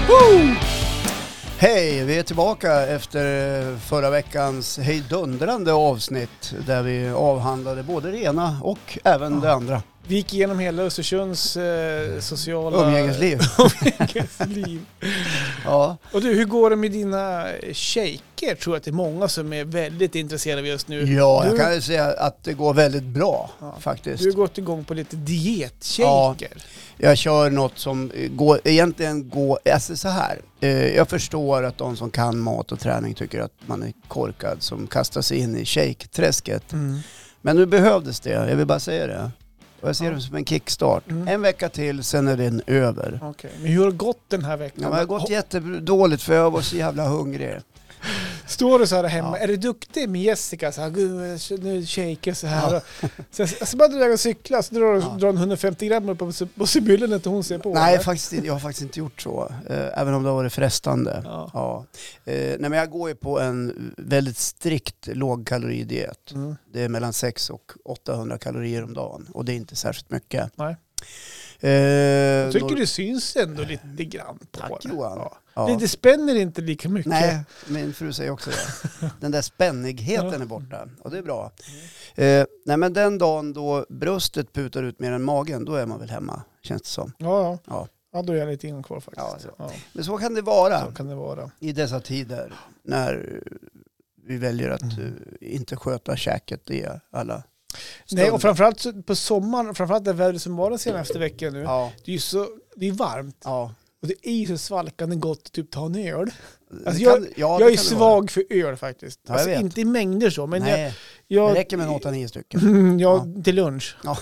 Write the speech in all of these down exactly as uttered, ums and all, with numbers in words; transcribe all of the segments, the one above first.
Woo! Hej, vi är tillbaka efter förra veckans hejdundrande avsnitt där vi avhandlade både det ena och även ja. det andra. Vi gick igenom hela Östersunds eh, sociala umgängesliv. umgängesliv. Ja. Och du, hur går det med dina shejker? Tror jag att det är många som är väldigt intresserade just nu. Ja, du, jag kan ju säga att det går väldigt bra ja. faktiskt. Du har gått igång på lite dietshejker. Ja, jag kör något som går, egentligen går, alltså så här. Eh, jag förstår att de som kan mat och träning tycker att man är korkad som kastar sig in i shake-träsket. Mm. Men nu behövdes det, jag vill bara säga det. Och jag ser ja. det som en kickstart. Mm. En vecka till, sen är den över. Okay. Men hur har det gått den här veckan? Ja, det har gått jättedåligt för jag var så jävla hungrig. Står du så här hemma, ja. är du duktig med Jessica? Så här, gud, nu shaker så här. Ja. Så jag, jag ska bara dra och cykla, så drar, ja. drar en hundrafemtio gram på, på Sibyllen när hon ser på. Nej, faktiskt, jag har faktiskt inte gjort så. Eh, även om det har varit frestande. Ja. Ja. Eh, nej, men jag går ju på en väldigt strikt lågkaloridiet. Mm. Det är mellan sex och åttahundra kalorier om dagen. Och det är inte särskilt mycket. Nej. Eh, jag tycker då, det syns ändå lite grann på tack, det. Johan. Ja. Ja. Det, det spänner inte lika mycket. Nej, min fru säger också det. Den där spännigheten ja. är borta. Och det är bra. Mm. Eh, nej, men den dagen då bröstet putar ut mer än magen, då är man väl hemma, känns det som. Ja, ja. Ja. Ja, då är jag lite innan kvar faktiskt. Ja, så. Ja. Men så kan det vara. Så kan det vara. I dessa tider när vi väljer att mm. uh, inte sköta käket i alla stunder. Nej, och framförallt på sommaren, framförallt det vädret som var den senaste veckan nu. Ja. Det är ju så, det är varmt. Ja. Och det är ju så svalkande gott att typ ta en öl. Alltså jag, kan, ja, jag är svag för öl faktiskt. Ja, alltså inte i mängder så. Men Nej, jag, jag, det räcker med åtta nio stycken. ja, ja, till lunch. Ja.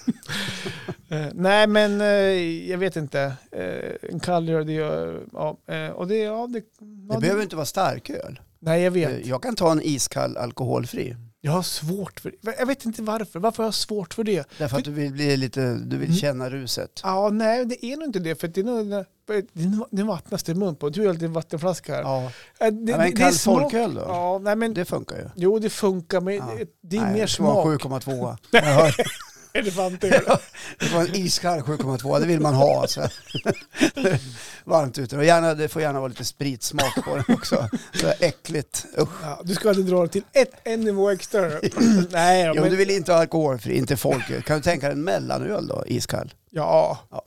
uh, nej, men uh, jag vet inte. Uh, en kall öl, det gör... Ja, uh, och det, ja, det, det ja, behöver det, inte vara stark öl. Nej, jag vet. Jag kan ta en iskall alkoholfri. Jag har svårt för det. Jag vet inte varför. Varför har jag svårt för det? Därför att du vill bli lite, du vill känna ruset. Ja, nej, det är nog inte det. För det är nog, det vattnas till mun på. Du har alltid en vattenflaska här. Ja. Det, det, men kall folköl då? Ja, nej, men, det funkar ju. Jo, det funkar. Men ja. det är nej, mer smak. sju komma två. Elefantöl. Det var en iskall sju komma två. Det vill man ha. Alltså. Varmt ute. Och gärna, det får gärna vara lite spritsmak på den också. Så äckligt. Ja, du ska aldrig dra det till ett, en nivå extra. Nej, ja, jo, men... du vill inte ha alkoholfri, inte folköl. Kan du tänka dig en mellanöl då, iskall? Ja. ja.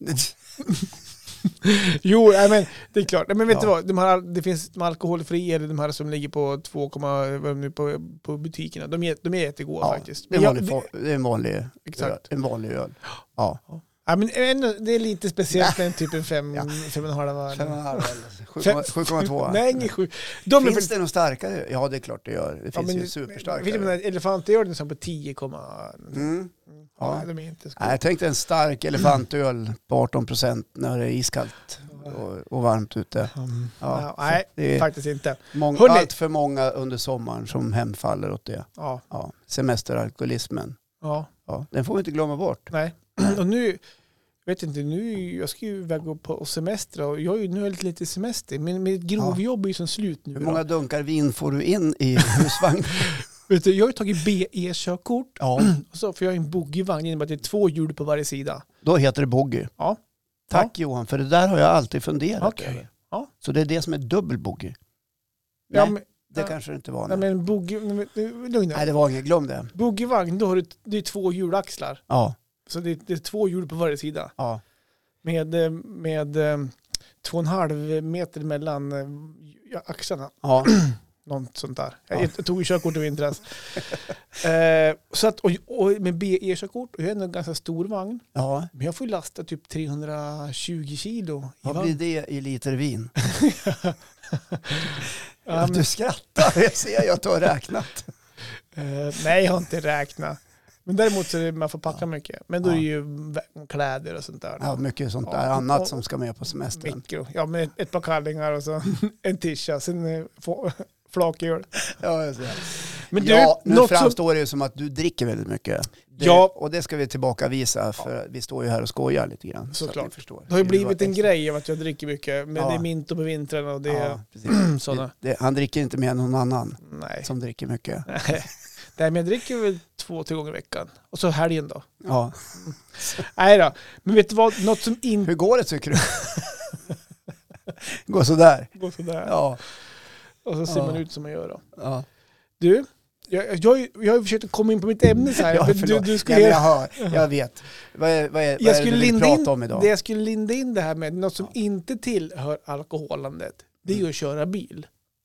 Jo, nej, men det är klart. Nej, men vet ja. du vad? De här, det finns de alkoholfria, eller de här som ligger på två på, på butikerna. De är, de är jättegoda ja, faktiskt. Det är, vanlig, jag, det är en vanlig, exakt. en vanlig öl. Ja. ja. Ja, men det är lite speciellt med en typ en fem, ja. fem och en halv. Fem och en halv. sju komma två. Nej, ingen sju. De Finns för... det något starkare? Ja, det är klart det gör. Det ja, finns men, ju superstarkare. Men elefantöl som på tio. Mm. Ja. Nej, de är inte Nej, jag tänkte en stark elefantöl på arton procent när det är iskallt och, och varmt ute. Mm. Ja, nej, det är faktiskt inte. Många, allt för många under sommaren som hemfaller åt det. Ja. Ja. Semesteralkoholismen. Ja. Ja. Den får vi inte glömma bort. Nej, och nu... vet inte, nu jag ska ju väga på semester och jag är ju nu lite, lite semester, men mitt grovjobb ja. är ju som slut nu. Hur många då? dunkar vin får du in i husvagn? Vet du, jag har ju tagit B E-körkort ja. och så för jag har en boogievagn genom att det är två hjul på varje sida. Då heter det boogie. Ja. Tack ja. Johan, för det där har jag alltid funderat okay. över. Ja. Så det är det som är dubbel boogie? Ja, Nej, men, det ja. kanske det inte var. Nej, men boogie, lugna. Nej, det var inget, glöm det. Boogievagn, då har du det är två hjulaxlar. Ja. Så det, det är två hjul på varje sida. Ja. Med, med två och en halv meter mellan ja, axlarna. Ja. Något sånt där. Ja. Jag, jag tog ju körkort i vintras. eh, så att, och, och med B E-körkort, och jag är en ganska stor vagn. Ja. Men jag får ju lasta typ trehundratjugo kilo. Vad blir det i liter vin? ja, men... Du skrattar, jag ser jag har räknat. eh, nej, jag har inte räknat. Men däremot så är det, man får packa ja. mycket. Men då ja. är det ju kläder och sånt där. Ja, mycket sånt där. Ja. Annat och, som ska med på semestern. Mikro. Ja, men ett, ett par kallingar och så en tisha. Sen flaköl. Ja, jag ser. Men du, ja, nu framstår som... det ju som att du dricker väldigt mycket. Det, ja. Och det ska vi tillbaka visa för ja. vi står ju här och skojar lite grann. Såklart. Så det har ju blivit en grej av att jag dricker mycket. Men ja. det är minto på vintern och det är ja, sådana. Det, det, han dricker inte med någon annan Nej. som dricker mycket. Nej, men jag dricker väl två, tre gånger i veckan. Och så helgen då. Ja. Nej då. Men vet du vad? Något som inte... Hur går det tycker du? Gå sådär. Gå sådär. Ja. Och så ser Ja. man ut som man gör då. Ja. Du, jag, jag, jag har ju försökt komma in på mitt ämne så här. Ja, men du, förlåt. du ska Ja, men jag hör, jag vet. Vad är, vad är, vad jag är skulle det du vill linda prata in, om idag? det jag skulle linda in det här med något som Ja. inte tillhör alkoholandet. Det är ju att köra bil.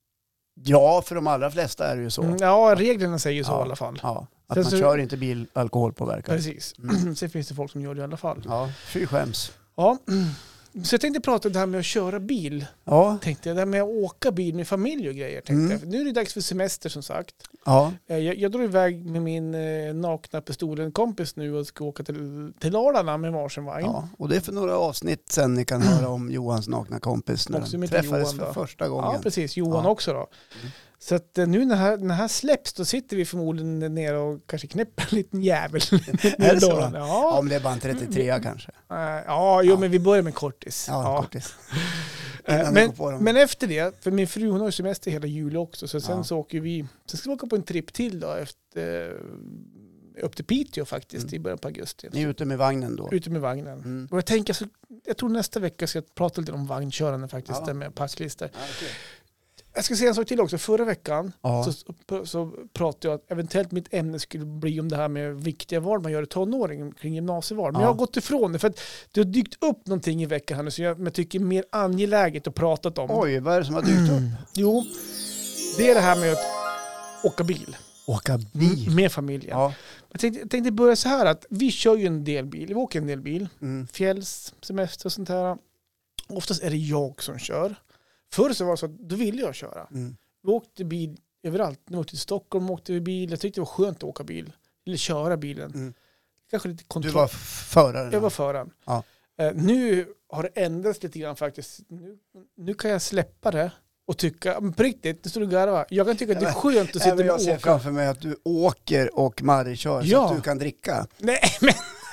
Ja, för de allra flesta är det ju så. Mm, ja, reglerna säger så Ja. i alla fall. Ja, att Sen man så- kör inte bil alkoholpåverkad. Precis. Mm. Sen finns det folk som gör det i alla fall. Ja, fy skäms. Ja. Så jag tänkte prata om det här med att köra bil. Ja, Tänkte jag, det här med att åka bil med familj och grejer. Tänkte Mm. jag. För nu är det dags för semester som sagt. ja, Eh, Jag, jag drog iväg med min eh, nakna pistolen-kompis nu och ska åka till, till Dalarna med varsin vagn. ja. Och det är för några avsnitt sen ni kan höra om Johans nakna kompis när Också de med träffades Johan då. för första Ja, gången. precis. Johan Ja. också då. Mm. Så att eh, nu när det här, när det här släpps då sitter vi förmodligen nere och kanske knäpper en liten jävel. Är det så? Dalarna. Ja, Ja, men det är bara en trettiotre kanske. Eh, ja, jo, Ja. men vi börjar med kortis. Ja, Ja. kortis. Eh, Innan ni Men, går på dem. men efter det, för min fru hon har ju semester hela juli också, så sen Ja. så åker vi, sen ska vi åka på en tripp till då, efter, upp till Piteå faktiskt Mm. i början på augusti. Ni är ute med vagnen då? Ute med vagnen. Mm. Och jag tänker, så, jag tror nästa vecka ska jag prata lite om vagnkörande faktiskt, Ja. där med packlistor. Ja, okej. Jag ska säga en sak till också. Förra veckan Ja. så, så, så pratade jag att eventuellt mitt ämne skulle bli om det här med viktiga val man gör i tonåring kring gymnasieval. Men Ja. jag har gått ifrån det för att det har dykt upp någonting i veckan här nu som jag, jag tycker är mer angeläget att prata om. Oj, vad är det som har dykt upp? Jo, det är det här med att åka bil Åka bil? med familjen. Ja. Jag, tänkte, jag tänkte börja så här att vi kör ju en del bil. Vi åker en del bil. Mm. Fjälls, semester och sånt här. Oftast är det jag som kör. Förr så var det så att då ville jag köra. Mm. Vi åkte bil överallt. Nu åkte till Stockholm, åkte vi bil. Jag tyckte det var skönt att åka bil. Eller köra bilen. Mm. Kanske lite kontroll. Du var föraren? Jag var föraren. Ja. Eh, nu har det ändrats lite grann faktiskt. Nu, nu kan jag släppa det och tycka, men på riktigt, det står du garva. Jag kan tycka att det är skönt att sitta Även och jag ser åka. framför mig att du åker och Mari kör så Ja. att du kan dricka. Nej, men...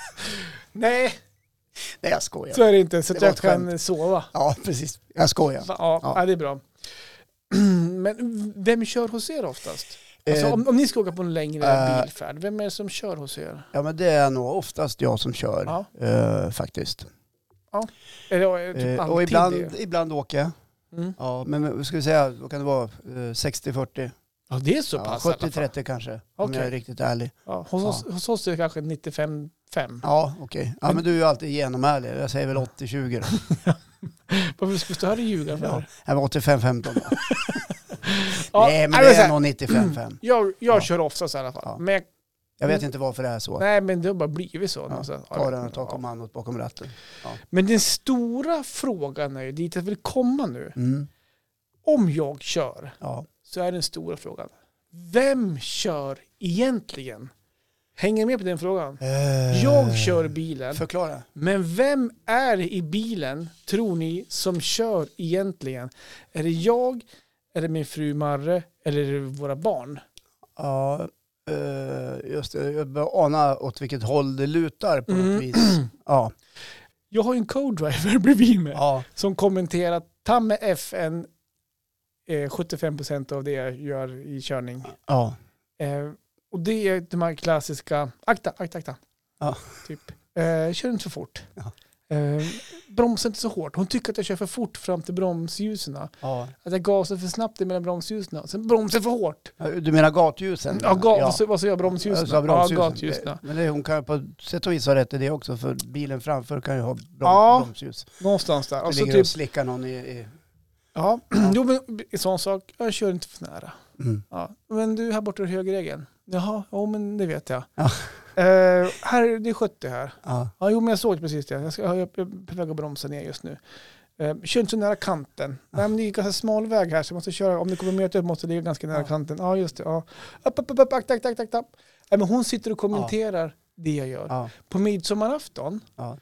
Nej, Nej, jag skojar. så är det inte. Så att Det var jag ett kan skämt. sova. Ja, precis. Jag skojar. Ja, Ja. ja. det är bra. Men vem kör hos er oftast? Alltså, Eh, om, om ni ska åka på en längre äh, bilfärd, vem är det som kör hos er? Ja, men det är nog oftast jag som kör Ja. eh, faktiskt. Är det, är det typ Eh, alltid och ibland, det? ibland åker jag. Mm. Ja, men vad ska vi säga, då kan det vara eh, sextio fyrtio. Ja, det är så Ja, pass i alla sjuttio fall. trettio kanske, om Okej. jag är riktigt ärlig. Ja, hos, oss, hos oss är det kanske nittiofem fem. Ja, okej. Ja, Men- men du är ju alltid genomärlig. Jag säger väl åttio tjugo då. Varför skulle du höra ljuga för? Ja, jag var åttiofem femton då. Ja, Nej, men nej, det så här, är nog nittiofem fem. Jag, jag Ja. kör oftast i alla fall. Ja. Men, jag- Jag vet inte varför det är så. nej, men det har bara blivit så. Ja, Alltså, ta den och ta ja. kommandot bakom ratten. Men den stora frågan är ju dit jag vill komma nu. Mm. Om jag kör Ja. så är den stora frågan. Vem kör egentligen? Hänger med på den frågan? Eh, Jag kör bilen. Förklara. Men vem är i bilen, tror ni, som kör egentligen? Är det jag, är det min fru Marre eller är det våra barn? Ja, eh, just det. Jag börjar ana åt vilket håll det lutar på Mm. något vis. Ja. Jag har ju en co-driver bredvid mig Ja. som kommenterar att ta med F N eh, sjuttiofem procent av det jag gör i körning. Ja. Eh, och det är de här klassiska, akta, akta, akta. Ja. Typ. Eh, kör inte för fort. Ja. Eh, bromsa inte så hårt. Hon tycker att jag kör för fort fram till bromsljusen. Ja. Att jag gasar för snabbt mellan bromsljusen. Sen bromsar för hårt. Du menar gatljusen? Ja, ga- Vad, sa- vad sa jag? Bromsljusen? Jag sa bromsljusen. Ja, gatljusen. Men det, hon kan på sätt och vis ha rätt i det också, för bilen framför kan ju ha brom, Ja. bromsljus. Någonstans där. Du Och så ligger typ, och slickar någon i... i ja, jo, men en sån sak. Jag kör inte för nära. mm. Ja. Men du, här borta är högerregeln. Jaha, ja, men det vet jag. Ja. Eh, här, det är sjuttio här. Ja. Ja, jo, men jag såg precis det. Jag, ska, jag är på väg att bromsa ner just nu. Eh, kör inte så nära kanten. Nej, men det är ganska smal väg här, så jag måste köra. Om ni kommer möta upp måste det ligga ganska nära Ja. kanten. Ja, just det. Ja. Upp, upp, upp, upp, akta, akta, akta, akta. Nej, men hon sitter och kommenterar det jag gör. Ja. På midsommarafton, Ja.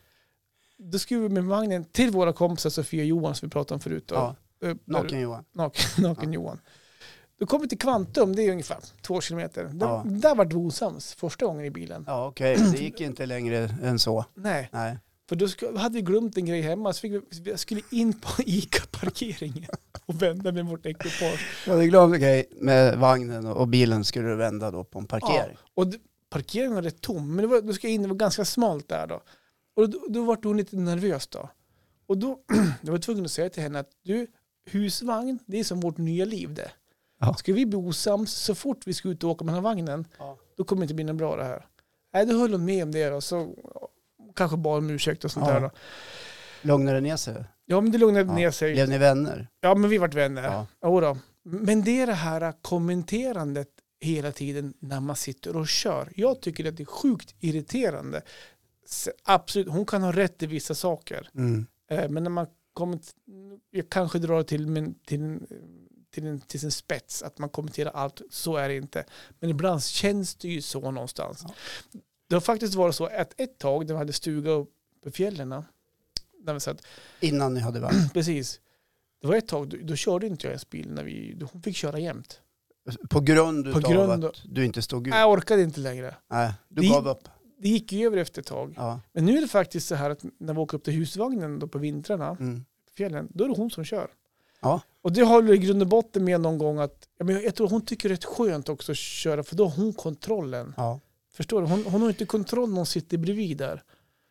då skulle vi med vagnen till våra kompisar Sofia och Johan som vi pratade om förut. Då. Ja. Upp, Naken Johan. Naken, naken Johan. Då kommer vi till Kvantum, det är ungefär två kilometer. Där, Ja. där var det osams första gången i bilen. Ja, okej. Det gick inte längre än så. Nej, Nej. för då ska, hade vi glömt en grej hemma, så fick vi, jag skulle in på ICA-parkeringen och vända med vårt ekipage. Jag hade glömt en grej med vagnen och bilen skulle du vända då på en parkering. Ja, och d- parkeringen var rätt tom, men det var, då ska jag in, det var ganska smalt där då. Och då, då var hon lite nervös då. Och då, då var jag tvungen att säga till henne att du, husvagn, det är som vårt nya liv det. Ja. Ska vi bli osams så fort vi ska ut och åka med den här vagnen, Ja. då kommer det inte bli något bra det här. Nej, då höll hon med om det då, så kanske bara om ursäkt och sånt Ja. där då. Lugnade ner sig? Ja, men det lugnade Ja. ner sig. Blev ni vänner? Ja, men vi vart vänner. Ja. Ja. Då. Men det är det här kommenterandet hela tiden när man sitter och kör. Jag tycker att det är sjukt irriterande. Så absolut, hon kan ha rätt i vissa saker. Mm. Eh, men när man kommer... T- jag kanske drar det till, min, till, till, en, till sin spets att man kommenterar allt. Så är det inte. Men ibland känns det ju så någonstans. Ja. Det har faktiskt varit så att ett tag när vi hade stuga upp på fjällen. Där vi satt, Innan ni hade vagn? precis. Det var ett tag, då, då körde inte jag ens bil när vi, då hon fick köra jämt. På grund På av grund att du inte stod ut? Jag orkade inte längre. Nej, du Det- gav upp? Det gick ju över efter ett tag. Ja. Men nu är det faktiskt så här att när vi åker upp till husvagnen då på vintrarna, Mm. fjällen, då är det hon som kör. Ja. Och det håller i grund och botten med någon gång att, ja, men jag tror hon tycker det är rätt skönt också att köra, för då har hon kontrollen. Ja. Förstår du? Hon, hon har inte kontroll när hon sitter bredvid där.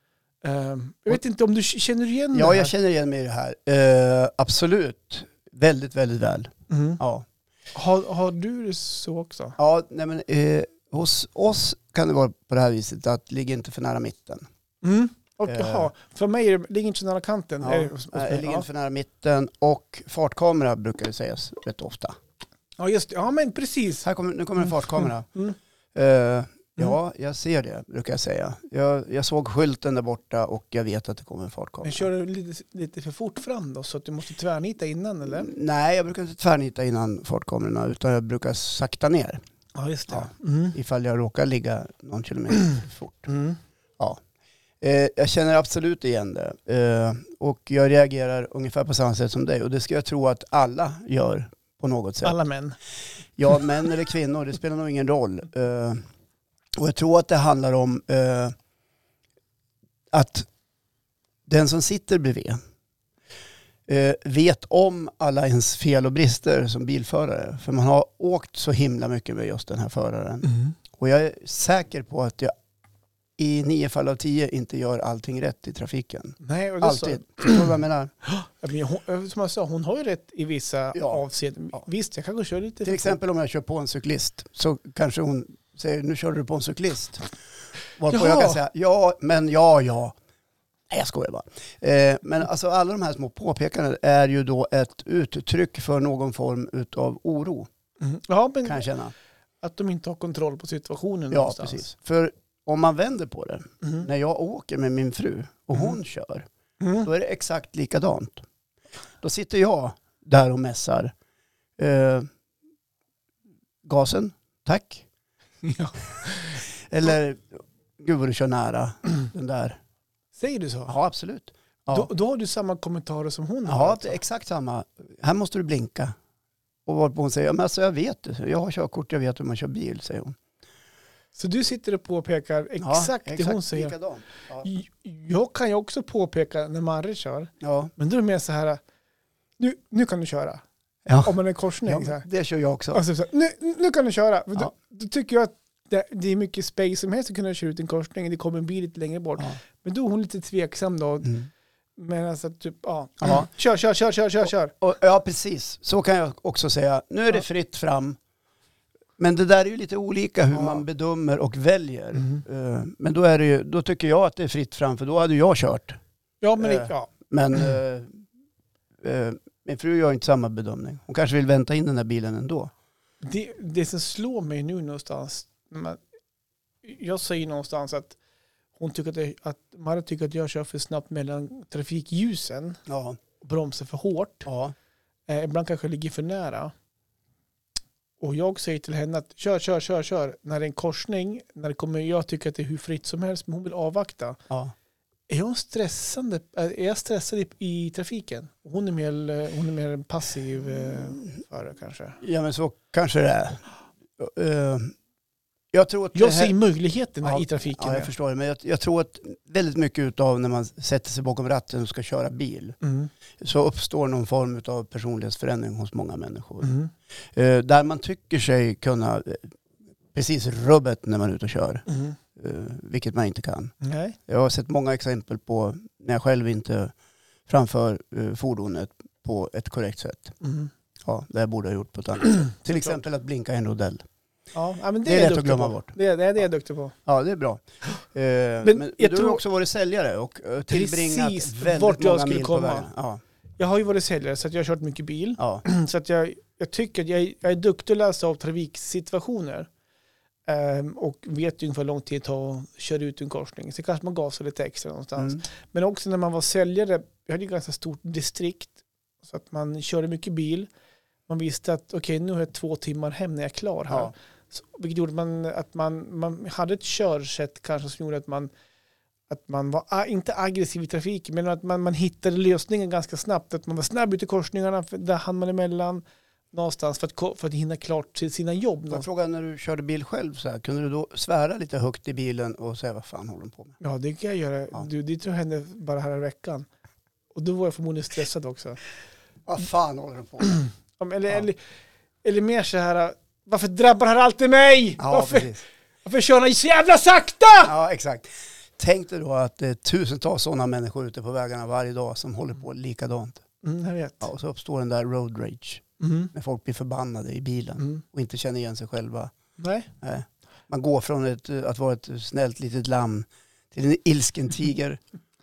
Um, jag vet inte om du känner igen det Ja, här? jag känner igen mig i det här. Uh, absolut. Väldigt, väldigt väl. Mm. Ja. Har, har du det så också? Ja, nej men uh, hos oss kan det vara på det här viset att det ligger inte för nära mitten. Mm. Och, Eh. jaha, för mig är det, ligger inte så nära kanten. Ja, Är det hos- hos nej, mig? det ligger Ja. inte för nära mitten och fartkamera brukar det sägas rätt ofta. Ja, just det. Ja, men precis. Här kommer, nu kommer en fartkamera. Mm. Uh, ja, jag ser det brukar jag säga. Jag, jag såg skylten där borta och jag vet att det kommer en fartkamera. Men kör du lite, lite för fort fram då så att du måste tvärnita innan eller? Nej, jag brukar inte tvärnita innan fartkamerorna utan jag brukar sakta ner Ja, just det. Ja. Mm. ifall jag råkar ligga någon kilometer för fort. Mm. Eh, jag känner absolut igen det eh, och jag reagerar ungefär på samma sätt som dig och det ska jag tro att alla gör på något sätt. Alla män. Ja, män eller kvinnor, det spelar nog ingen roll. Eh, och jag tror att det handlar om eh, att den som sitter bredvid eh, vet om alla ens fel och brister som bilförare. För man har åkt så himla mycket med just den här föraren. Mm. Och jag är säker på att jag i nio fall av tio inte gör allting rätt i trafiken. Nej, och det Alltid. Förstår du vad jag menar? Så, ja, men hon, som jag sa, hon har ju rätt i vissa Ja. avseenden. Ja. Visst, jag kanske kör lite Till för exempel om jag kör på en cyklist så kanske hon säger nu kör du på en cyklist. Varpå Jaha. jag kan säga ja, men ja, ja. Nej, jag skojar bara. Eh, men alltså alla de här små påpekandena är ju då ett uttryck för någon form av oro, fort. Mm. Ja, men kan jag känna. att de inte har kontroll på situationen Ja, någonstans. precis. För om man vänder på det, Mm. när jag åker med min fru och hon Mm. kör, Mm. då är det exakt likadant. Då sitter jag där och mässar. Eh, gasen, tack. Ja. Eller, gud vad du kör nära den där. Säger du så? Ja, absolut. Ja, Då, då har du samma kommentarer som hon har. ja alltså. det är exakt samma. Här måste du blinka. Och varpå hon säger, ja, men alltså jag vet det. Jag har körkort, jag vet hur man kör bil, säger hon. Så du sitter och påpekar Ja, exakt, det hon säger. likadant. Ja. Jag kan ju också påpeka när Marre kör. Ja. Men då är det mer så här, nu, nu kan du köra. Ja. Om man är korsning. Ja, så här. det kör jag också. Alltså, så här, nu, nu kan du köra. För Ja. Då, då tycker jag att det, det är mycket space som helst att kunna köra ut en korsning. Det kommer en bil lite längre bort. Ja. Men då är hon lite tveksam då. Mm. Men alltså typ, ja. Ja. Kör, kör, kör, kör, kör, kör. Och, ja, precis. Så kan jag också säga. Nu är det Ja. fritt fram. Men det där är ju lite olika hur Ja. man bedömer och väljer. Mm. Eh, Men då, är det ju, då tycker jag att det är fritt fram, för då hade jag kört. Ja, men Eh. det, ja. Men eh, eh, min fru gör inte samma bedömning. Hon kanske vill vänta in den där bilen ändå. Det, det som slår mig nu någonstans, när man, jag säger någonstans att hon tycker att, det, att Marre tycker att jag kör för snabbt mellan trafikljusen Ja. och bromsar för hårt. Ja. Eh, ibland kanske jag ligger för nära. Och jag säger till henne att kör, kör, kör, kör. När det är en korsning, när det kommer, jag tycker att det är hur fritt som helst, men hon vill avvakta. Ja. Är jag stressande? Är jag stressad i, i trafiken? Hon är mer, hon är mer en passiv eh, förare kanske. Ja, men så kanske det är. Eh, jag tror att Jag det här, ser möjligheterna Ja, i trafiken. ja, jag förstår det. Men jag, jag tror att väldigt mycket av när man sätter sig bakom ratten och ska köra bil Mm. så uppstår någon form av personlighetsförändring hos många människor. Mm. Eh, där man tycker sig kunna eh, precis rubbet när man är ute och kör. Mm. Eh, vilket man inte kan. Nej. Jag har sett många exempel på när jag själv inte framför eh, fordonet på på ett korrekt sätt. Mm. Ja, det borde jag ha gjort på ett annat sätt. Till exempel att blinka en rodell. Ja, men det, Det är är lätt att glömma på. bort. Det är det är det jag är duktig på. Ja, det är bra. Eh, men Men jag du tror- har också varit säljare och eh, tillbringat Precis väldigt vart jag många skulle mil på komma. vägen. Ja, Jag har ju varit säljare så att jag har kört mycket bil. ja. Så att jag, jag tycker att jag är, jag är duktig att läsa av trafiksituationer. Ehm, och vet ju ungefär hur lång tid det tar att köra ut en korsning. Så kanske man gasar lite extra någonstans. Mm. Men också när man var säljare, jag hade ju ganska stort distrikt. Så att man körde mycket bil. Man visste att okej, okay, nu har jag två timmar hem när jag är klar här. Ja. Så, vilket gjorde man, att man, man hade ett körsätt kanske som gjorde att man, att man var a, inte aggressiv i trafiken, men att man, man hittade lösningen ganska snabbt. Att man var snabb ut i korsningarna, för där hann man emellan någonstans för att, ko- för att hinna klart till sina jobb. Jag frågar, när du körde bil själv, så här, kunde du då svära lite högt i bilen och säga vad fan håller de på med? Ja, det kan jag göra. Ja. Du, det tror jag hände bara här i veckan. Och då var jag förmodligen stressad också. Vad fan håller de på med? Om- Eller, Ja. eller, eller mer så här, varför drabbar det här alltid mig? Ja, varför, precis. varför kör han så jävla sakta? Ja, exakt. Tänk dig då att det är tusentals sådana människor ute på vägarna varje dag som håller på likadant. Mm, jag vet. Ja, och så uppstår den där road rage. Mm. När folk blir förbannade i bilen Mm. och inte känner igen sig själva. Nej. Nej. Man går från ett, att vara ett snällt litet lamm till en ilsken tiger.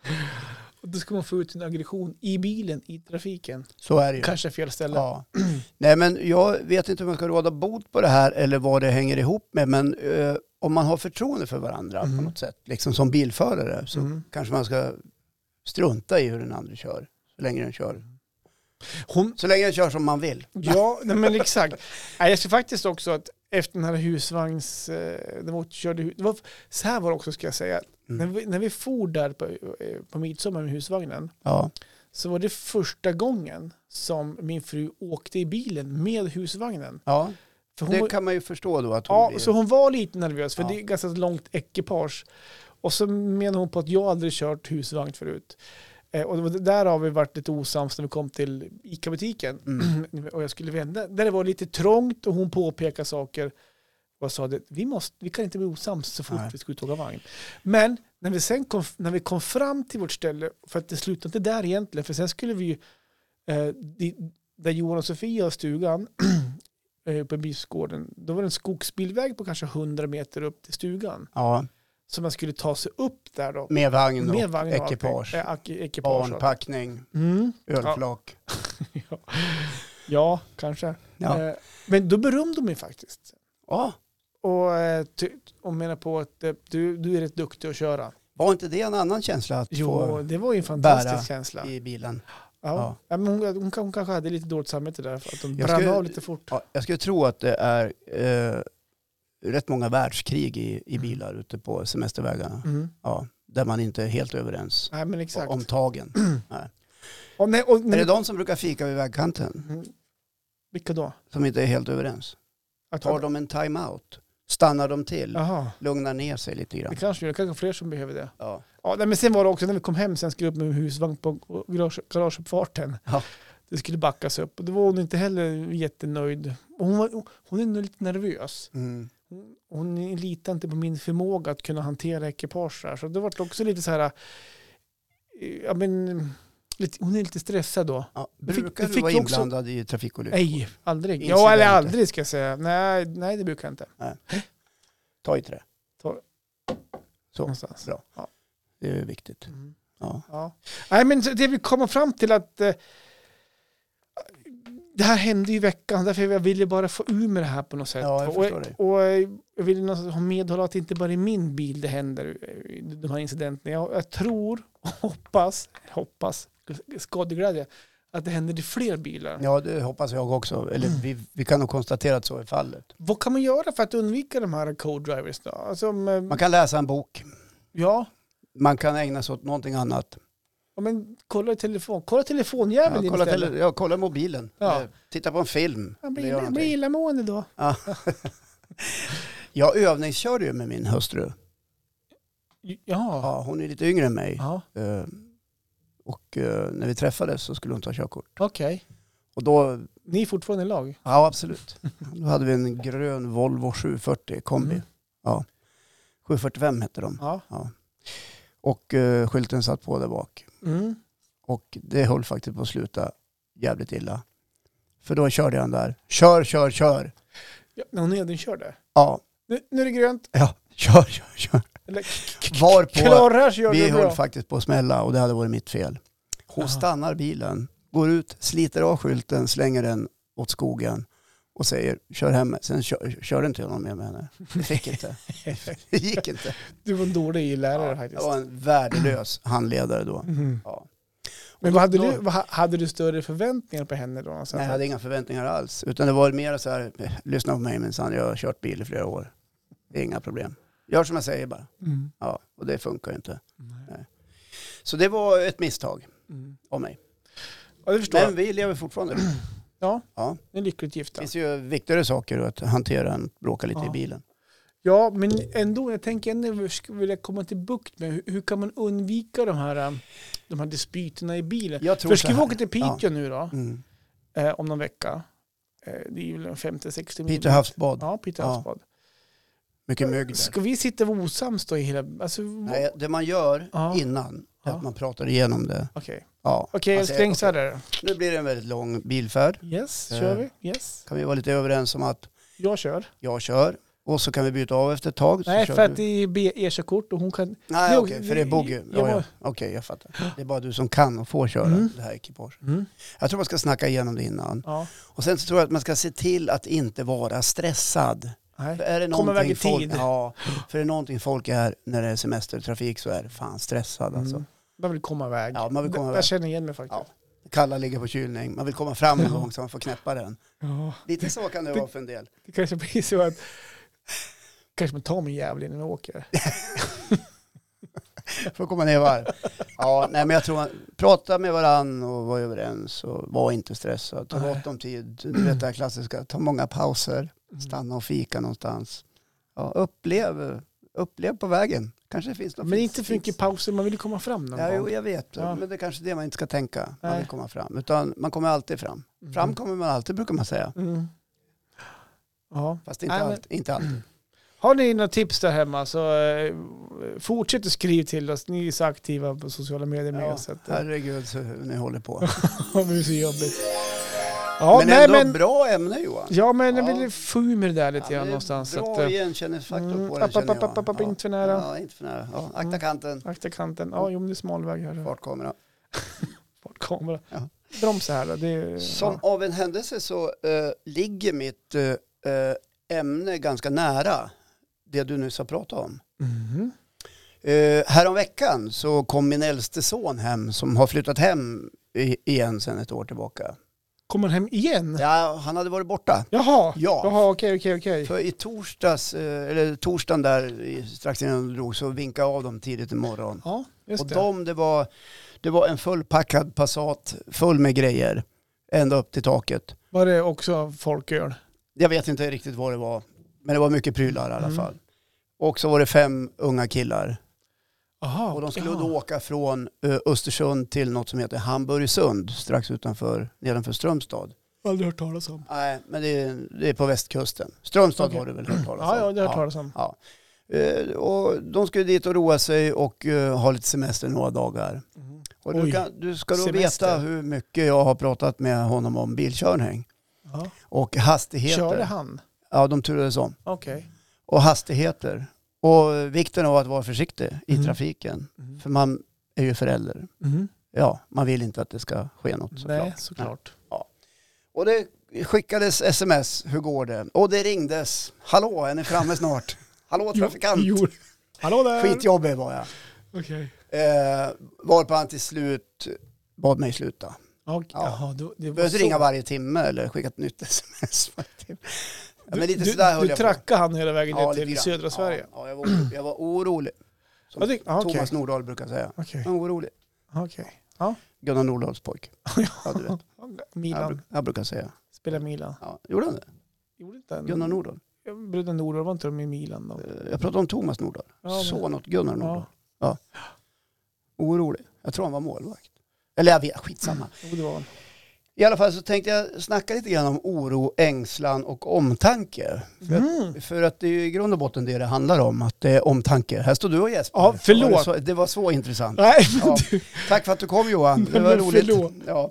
Och då ska man få ut sin aggression i bilen, i trafiken. Så är det ju. Kanske fel ställe. Ja. Nej, men jag vet inte hur man ska råda bot på det här eller vad det hänger ihop med. Men eh, om man har förtroende för varandra Mm. på något sätt, liksom som bilförare, så Mm. kanske man ska strunta i hur den andra kör. Så länge den kör. Hon, Så länge den kör som man vill. ja, nej, men exakt. Nej, jag ska faktiskt också att efter den här husvagns... Eh, det var, körde, hu- det var, så här var det också, ska jag säga. Mm. När, vi, när vi for där på, eh, på midsommar med husvagnen, Ja. så var det första gången som min fru åkte i bilen med husvagnen. Ja, För hon det var, kan man ju förstå då att hon ja, blir... så hon var lite nervös, för Ja. det är ganska långt ekipage. Och så menar hon på att jag aldrig kört husvagn förut. Eh, och det var där har vi varit lite osams när vi kom till ICA-butiken. Mm. Och jag skulle vända. Där det var lite trångt och hon påpekade saker. Och sa att vi, måste, vi kan inte bli osams så fort Nej. vi ska ut och åka vagn. Men när vi sen kom, när vi kom fram till vårt ställe, för att det slutade inte där egentligen, för sen skulle vi ju, eh, di- där Johan och Sofia har stugan, eh, på Bispgården, då var det en skogsbilväg på kanske hundra meter upp till stugan. Ja, Så man skulle ta sig upp där då. med vagn och Med vagn och ekipage. allting. Eh, ak- ekipage. Barnpackning, Mm. ölflak. Ja. Ja, kanske. Ja. Eh, men då berömde de mig faktiskt. Ja, Och, eh, ty- och menar på att eh, du, du är rätt duktig att köra. var inte det en annan känsla att Jo, få det var ju en fantastisk bära känsla. i bilen? Ja. Ja. Ja, men hon, hon, hon kanske hade lite dåligt samvete där för att de Jag brann skulle- av lite fort. Ja, jag skulle tro att det är eh, rätt många världskrig i, i bilar ute på semestervägarna. Mm. Ja, där man inte är helt överens Nej, men exakt. om tagen. Och när, och Är när, det de som brukar fika vid vägkanten Mm. Vilka då? som inte är helt överens? Att, Tar de en time-out? Stannar de till? Jaha, Lugnar ner sig lite grann? det kanske det kanske fler som behöver det. Ja. Ja, nej, men sen var det också när vi kom hem, sen skulle upp med husvagn på garage, garageuppfarten. Ja. Det skulle backas upp och då var hon inte heller jättenöjd. Och hon, var, hon är nog lite nervös. Mm. Hon, hon litar inte på min förmåga att kunna hantera ekipage där. Så det var också lite så här, eh, ja men, lite, hon är lite stressad då. Ja. Jag fick- Brukar jag du fick vara ju också- inblandad i trafikolyckor? Nej, aldrig. Incidenter. Ja, eller aldrig ska jag säga. Nej, nej det brukar jag inte. Ta i trä. Ta- Så, Någonstans. bra. Ja. Det är viktigt. Mm. Ja. Ja. Nej, men det vi kommer fram till att eh, det här hände i veckan, därför jag ville bara få ur med det här på något sätt. Ja, jag förstår och, dig. och eh, jag vill någonstans ha medhåll att det inte bara är min bil det händer, eh, de här incidenterna. Jag, jag tror och hoppas, hoppas, skadeglädje, att det händer i fler bilar. Ja, det hoppas jag också. Eller vi, vi kan nog konstatera att så är fallet. Vad kan man göra för att undvika de här co-drivers då? Alltså, om, eh, Man kan läsa en bok. ja, Man kan ägna sig åt någonting annat. ja, men kolla i telefon. Kolla telefonjäveln Ja, kolla, istället. tele, ja, kolla mobilen. Ja. Eller titta på en film. Jag Eller blir, gör jag blir någonting. illamående då. Ja. Jag övningskörde ju med min hustru. Ja. Ja, hon är lite yngre än mig. Ja, Eh, Och eh, när vi träffades så skulle hon ta körkort. okej. Och då, Ni är fortfarande i lag? ja absolut. Då hade vi en grön Volvo sju fyrtio kombi. Mm. Ja. sju fyrtiofem hette de. Ja. Ja. Och eh, skylten satt på där bak. Mm. Och det höll faktiskt på att sluta jävligt illa. För då körde han där. Kör, kör, kör. Ja, när hon nedenkörde. Ja. Nu, nu är det grönt. Ja, kör, kör, kör. Eller, Varpå Klara kör vi det höll bra. faktiskt på att smälla och det hade varit mitt fel. Hon Aha. stannar bilen, går ut, sliter av skylten, slänger den åt skogen och säger kör hem. Sen kör, kör inte jag någon mer med henne. Det gick inte. Det gick inte. Du var en dålig lärare Ja, faktiskt. jag var en värdelös handledare då. Mhm. Ja. Men vad hade, då, du, vad, hade du större förväntningar på henne då? Nej, jag hade inga förväntningar alls. Utan det var mer så här, lyssna på mig minsann, jag har kört bil i flera år. Det är inga problem. Gör som jag säger bara. Mm. Ja, och det funkar ju inte. Nej. Nej. Så det var ett misstag Mm. av mig. Ja, det förstår Men jag. vi lever fortfarande. Ja, Ja. det är lyckligt Det gifta. finns ju viktigare saker att hantera än att bråka lite Ja. i bilen. Ja, men ändå, jag tänker ändå skulle vilja komma till bukt med hur, hur kan man undvika de här, de här dispyterna i bilen? Jag tror För så ska vi här. åka till Piteå Ja. nu då, Mm. eh, om någon vecka? Eh, det är ju väl femtio sextio minuter. Piteå havsbad. Ja, Piteå Ja. havsbad. Mycket mögel där. Ska vi sitta och vara osams då i hela... Alltså, Nej, det man gör Ja. innan är Ja. att man pratar igenom det. Okej, Ja. okej, Man jag säger, slängsar okej, där. nu blir det en väldigt lång bilfärd. Yes, Eh. kör vi. Yes. Kan vi vara lite överens om att Jag kör. jag kör och så kan vi byta av efter ett tag. Så Nej, kör för du. att det är B E-körkort och hon kan... Nej, det- okej, för det är bogey. jag Ja, ja. var- Okej, jag fattar. Det är bara du som kan och får köra Mm. det här ekipaget. Mm. Jag tror man ska snacka igenom det innan. Ja. Och sen så tror jag att man ska se till att inte vara stressad. För Nej. är det Kommer iväg i någonting folk, tid. ja, för är det någonting folk är när det är semestertrafik så är det fan stressad alltså. Mm. Man vill komma iväg. Ja, man vill komma Jag iväg. känner igen mig faktiskt. Ja. Kalla ligger på kylning. Man vill komma fram en gång så man får knäppa den. Ja. Lite så kan det vara för en del. Det kanske blir så att kanske man tar min jävel innan vi åker. För att komma ner varv. Ja, nej men jag tror man prata med varann och vara överens och var inte stressad. Ta Nej. gott om tid. Du vet det här klassiska. Ta många pauser. Mm. Stanna och fika någonstans. Ja, upplev, upplev på vägen. Kanske det finns något. Men finns- inte för mycket finns- pauser, man vill ju komma fram någon Ja, jo, gång. jag vet. Ja. Men det är kanske det man inte ska tänka. Man Nej. vill komma fram. Utan man kommer alltid fram. Fram Mm. kommer man alltid, brukar man säga. Mm. Ja. Fast inte, Nej, men- alltid, inte alltid. Har ni några tips där hemma så eh, fortsätt att skriva till oss. Ni är så aktiva på sociala medier med Ja, oss. så att, eh, herregud så ni håller på. det är så jobbigt. Ja, men nej, ändå men, bra ämne Johan. ja, men jag Ja. vill få ur med det där lite Ja, grann det är någonstans. Så bra att, eh, igenkänningsfaktor mm, på den app, känner app, app, app, jag. inte för nära. Ja, inte för nära. Ja, akta Mm. kanten. akta kanten. Ja, jo, men det är smalväg här. Fartkamera. Fartkamera. Ja. Bromsa här då. Det är, Som av en händelse så eh, ligger mitt eh, eh, ämne ganska nära det du nyss har pratat om. Mhm. Uh, häromveckan så kom min äldste son hem som har flyttat hem i, igen sedan ett år tillbaka. Kommer han hem igen? Ja, han hade varit borta. Jaha, Ja. Jaha okej, okej, okej. För i torsdags, eh, eller torsdagen där i- strax innan de drog så vinkade jag av dem tidigt i morgon. Ja, just Och det. de, det var, det var en fullpackad Passat full med grejer ända upp till taket. Var det också folköl? Jag vet inte riktigt vad det var, men det var mycket prylar i alla Mm. fall. Och så var det fem unga killar. Aha, Och de skulle ja. då åka från uh, Östersund till något som heter Hamburgsund strax utanför, nedanför Strömstad. Aldrig hört talas om. Nej, men det är, det är på västkusten. Strömstad Okej. har du väl hört talas om? Ja, ja, det har jag hört talas om. Ja. Uh, och de skulle dit och roa sig och uh, ha lite semester några dagar. Mm. Och du, Oj, kan, du ska då semester. veta hur mycket jag har pratat med honom om bilkörning. Ja. Och hastigheter. Körde han? Ja, de turades om. Okej. Och hastigheter. Och vikten av att vara försiktig i Mm. trafiken. Mm. För man är ju förälder. Mhm. Ja, man vill inte att det ska ske något såklart. Nej, såklart. Och det skickades sms, hur går det? Och det ringdes, hallå, är ni framme snart? Hallå trafikant. Jo, jo. Hallå där! Skitjobbig var jag. Okej. Eh, varpå han till slut bad mig sluta. Och, Ja. Jaha, då, det Du var behöver inte så. ringa varje timme eller skicka ett nytt sms. Ja, men lite du sådär du, höll du jag på. trackade han hela vägen ner lite till grann. södra Sverige? Ja, ja jag, var orolig. jag var orolig. Som Ja, det- ja, okej. Thomas Nordahl brukar säga. Okej. Jag var orolig. Okej. Ja. Gunnar Nordahls pojk. Ja, du vet. Jag, Milan. bruk, jag brukar säga. Spelar Milan. Ja, gjorde han det? Gjorde inte han? Gunnar Nordahl. Bröderna Nordahl, var inte de i Milan då? Eh, Jag pratade om Thomas Nordahl. Ja, men- Son åt Gunnar Nordahl. Ja. Orolig. Jag tror han var målvakt. Eller jag vet, skitsamma. Jo, det var han. I alla fall så tänkte jag snacka lite grann om oro, ängslan och omtanke. För, Mm. att, för att det är ju i grund och botten det det handlar om, att det är omtanke. Här står du och Jesper. Ja, förlåt. Det var så, det var så intressant. Nej, men Ja. du, Tack för att du kom, Johan. Det var Men roligt. förlåt. Ja.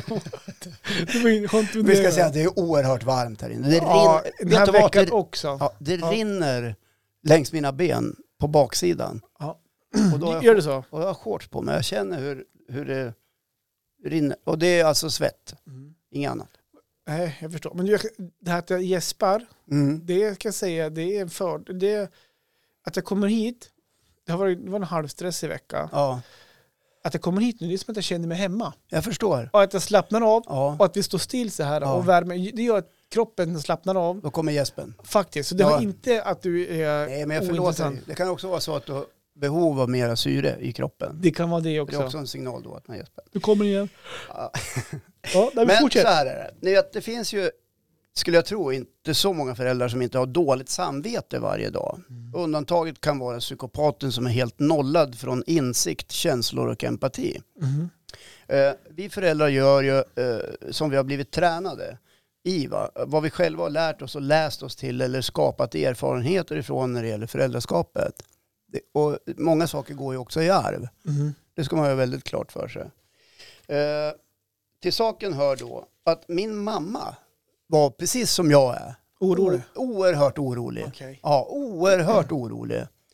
det var skönt att Vi ska säga att det är oerhört varmt här inne. Det, ja, rinner, den vet här du vad? veckan Det, också. ja, det Ja. rinner längs mina ben på baksidan. Ja. Och då har jag, Gör det så? och jag har shorts på mig. Jag känner hur, hur det rinner. Och det är alltså svett. Mm. Inget annat. Nej, jag förstår. Men jag, det här att jag gäspar, Mm. det kan jag säga, det är en för... Det, att jag kommer hit, det har varit det var en halvstressig vecka. Ja, Att jag kommer hit nu, det är som att jag känner mig hemma. jag förstår. Och att jag slappnar av Ja, och att vi står still så här Ja. och värmer. Det gör att kroppen slappnar av. då kommer gäspen. Faktiskt. Så det Ja. var inte att du är Nej, men jag förlåter ointressant. dig. Det kan också vara så att du har behov av mera syre i kroppen. Det kan vara det Det också. är också en signal då att man gäspar. Du kommer igen. Ja. Ja, där vi Men så fortsätter. här är det. Ni vet, det finns ju, skulle jag tro, inte så många föräldrar som inte har dåligt samvete varje dag. Mm. Undantaget kan vara psykopaten som är helt nollad från insikt, känslor och empati. Mm. Eh, vi föräldrar gör ju eh, som vi har blivit tränade i. Va? Vad vi själva har lärt oss och läst oss till eller skapat erfarenheter ifrån när det gäller föräldraskapet. Det, och många saker går ju också i arv. Mm. Det ska man ha väldigt klart för sig. Eh, till saken hör då att min mamma var precis som jag är. Orolig? O- oerhört orolig. Okej. Ja, oerhört orolig.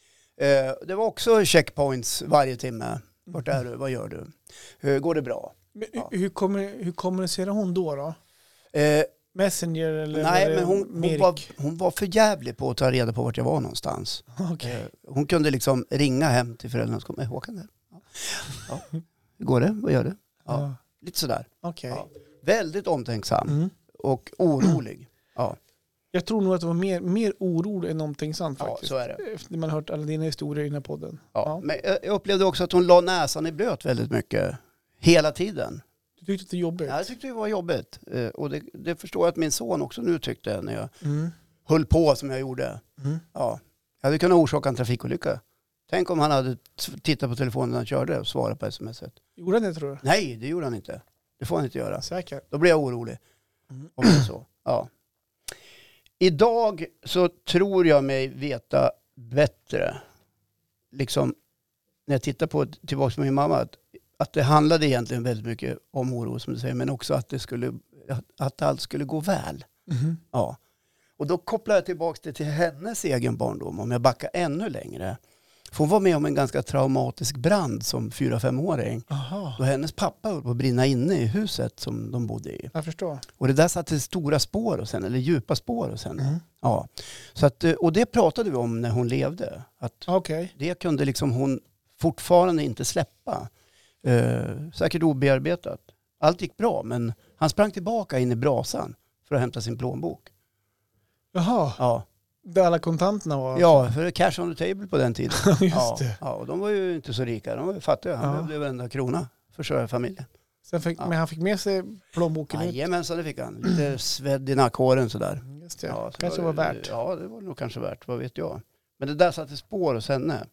Eh, det var också checkpoints varje timme. Vart är du? Vad gör du? Hur går det bra? Men Ja. hur, kommer, hur kommunicerar hon då? då? Eh, Messenger eller nej, var det men hon, hon, Mirk? var, hon var för jävlig på att ta reda på vart jag var någonstans. Okej. Eh, hon kunde liksom ringa hem till föräldrarna och komma, är Håkan där? Ja. Ja. Hur går det? Vad gör du? Ja. Ja. Lite sådär. Okej. Ja. Väldigt omtänksam Mm. och orolig. Ja, Jag tror nog att det var mer, mer orolig än någonting sant ja faktiskt. så är det. Efter man har hört alla dina historier i den här podden. Ja. Ja. Men jag jag upplevde också att hon la näsan i blöt väldigt mycket. Hela tiden. Du tyckte att det är jobbigt? Ja, jag tyckte det var jobbigt. Eh, Och det, det förstår jag att min son också nu tyckte när jag Mm. höll på som jag gjorde. Mm. Ja. Jag hade kunnat orsaka en trafikolycka. Tänk om han hade t- tittat på telefonen när han körde och svarat på smset. Gjorde han det tror du? Nej, det gjorde han inte. Det får han inte göra. Säkert. Då blir jag orolig. Mm. Om det är så. Ja. Idag så tror jag mig veta bättre. Liksom när jag tittar på tillbaka på min mamma. Att, att det handlade egentligen väldigt mycket om oro som du säger. Men också att det skulle, att, att allt skulle gå väl. Mm. Ja. Och då kopplar jag tillbaka det till hennes egen barndom. Om jag backar ännu längre. För hon var med om en ganska traumatisk brand som fyra femåring. Aha. Då hennes pappa höll på att brinna inne i huset som de bodde i. Jag förstår. Och det där satte stora spår hos henne, eller djupa spår hos henne. Mm. Ja. Så att, och det pratade vi om när hon levde. Att Okej. det kunde liksom hon fortfarande inte släppa. Eh, säkert obearbetat. Allt gick bra, men han sprang tillbaka in i brasan för att hämta sin plånbok. Jaha. Ja, Där alla kontanterna var? ja för cash on the table på den tiden. Just Ja, det. ja, och de var ju inte så rika, de var ju fattiga. Han Ja. behövde varenda krona för att försörja familjen. Sen fick, Ja. Men han fick med sig plånboken ut? Jajamensan, det fick han. Lite svedd i nackhåren sådär. Just det. Ja, så Kanske var värt. Ja, det var nog kanske värt, vad vet jag. Men det där satte spår hos henne.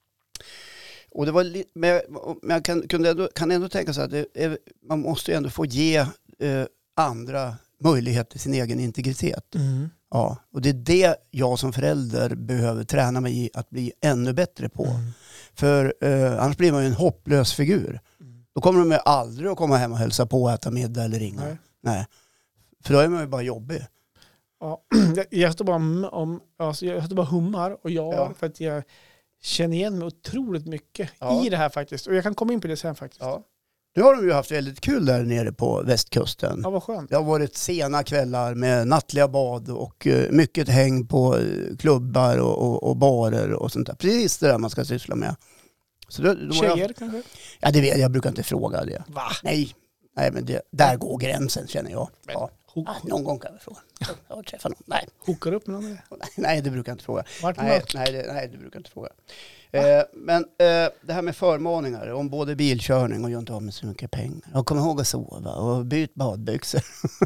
Och det var li- men jag, men jag kan, kunde ändå, kan ändå tänka sig att det är, man måste ju ändå få ge eh, andra möjlighet till sin egen integritet. Mm. Ja, och det är det jag som förälder behöver träna mig i att bli ännu bättre på. Mm. För eh, annars blir man ju en hopplös figur. Mm. Då kommer de ju aldrig att komma hem och hälsa på och äta middag eller ringa. Nej. Nej. För då är man ju bara jobbig. Ja. Jag, jag står bara om, om alltså jag står bara hummar och jag Ja. för att jag känner igen mig otroligt mycket Ja. i det här faktiskt. Och jag kan komma in på det sen faktiskt. Ja. Nu har de ju haft väldigt kul där nere på västkusten. Ja, vad skönt. Det har varit sena kvällar med nattliga bad och eh, mycket häng på eh, klubbar och, och, och barer och sånt där. Precis det där man ska syssla med. Så då, då har Tjejer jag, kanske? ja, det vet jag. Jag brukar inte fråga det. Va? Nej, Nej men det, där går gränsen känner jag. Men, Ja. Ho- Ah, någon gång kan jag fråga. Jag har träffat någon. Nej. Hookar upp med någon? Nej, det brukar jag inte fråga. Vart Nej, något? nej, det, nej, det brukar jag inte fråga. Eh, men eh, det här med förmåningar, om både bilkörning och gör inte av med så mycket pengar. Och kom ihåg att sova och byt badbyxor.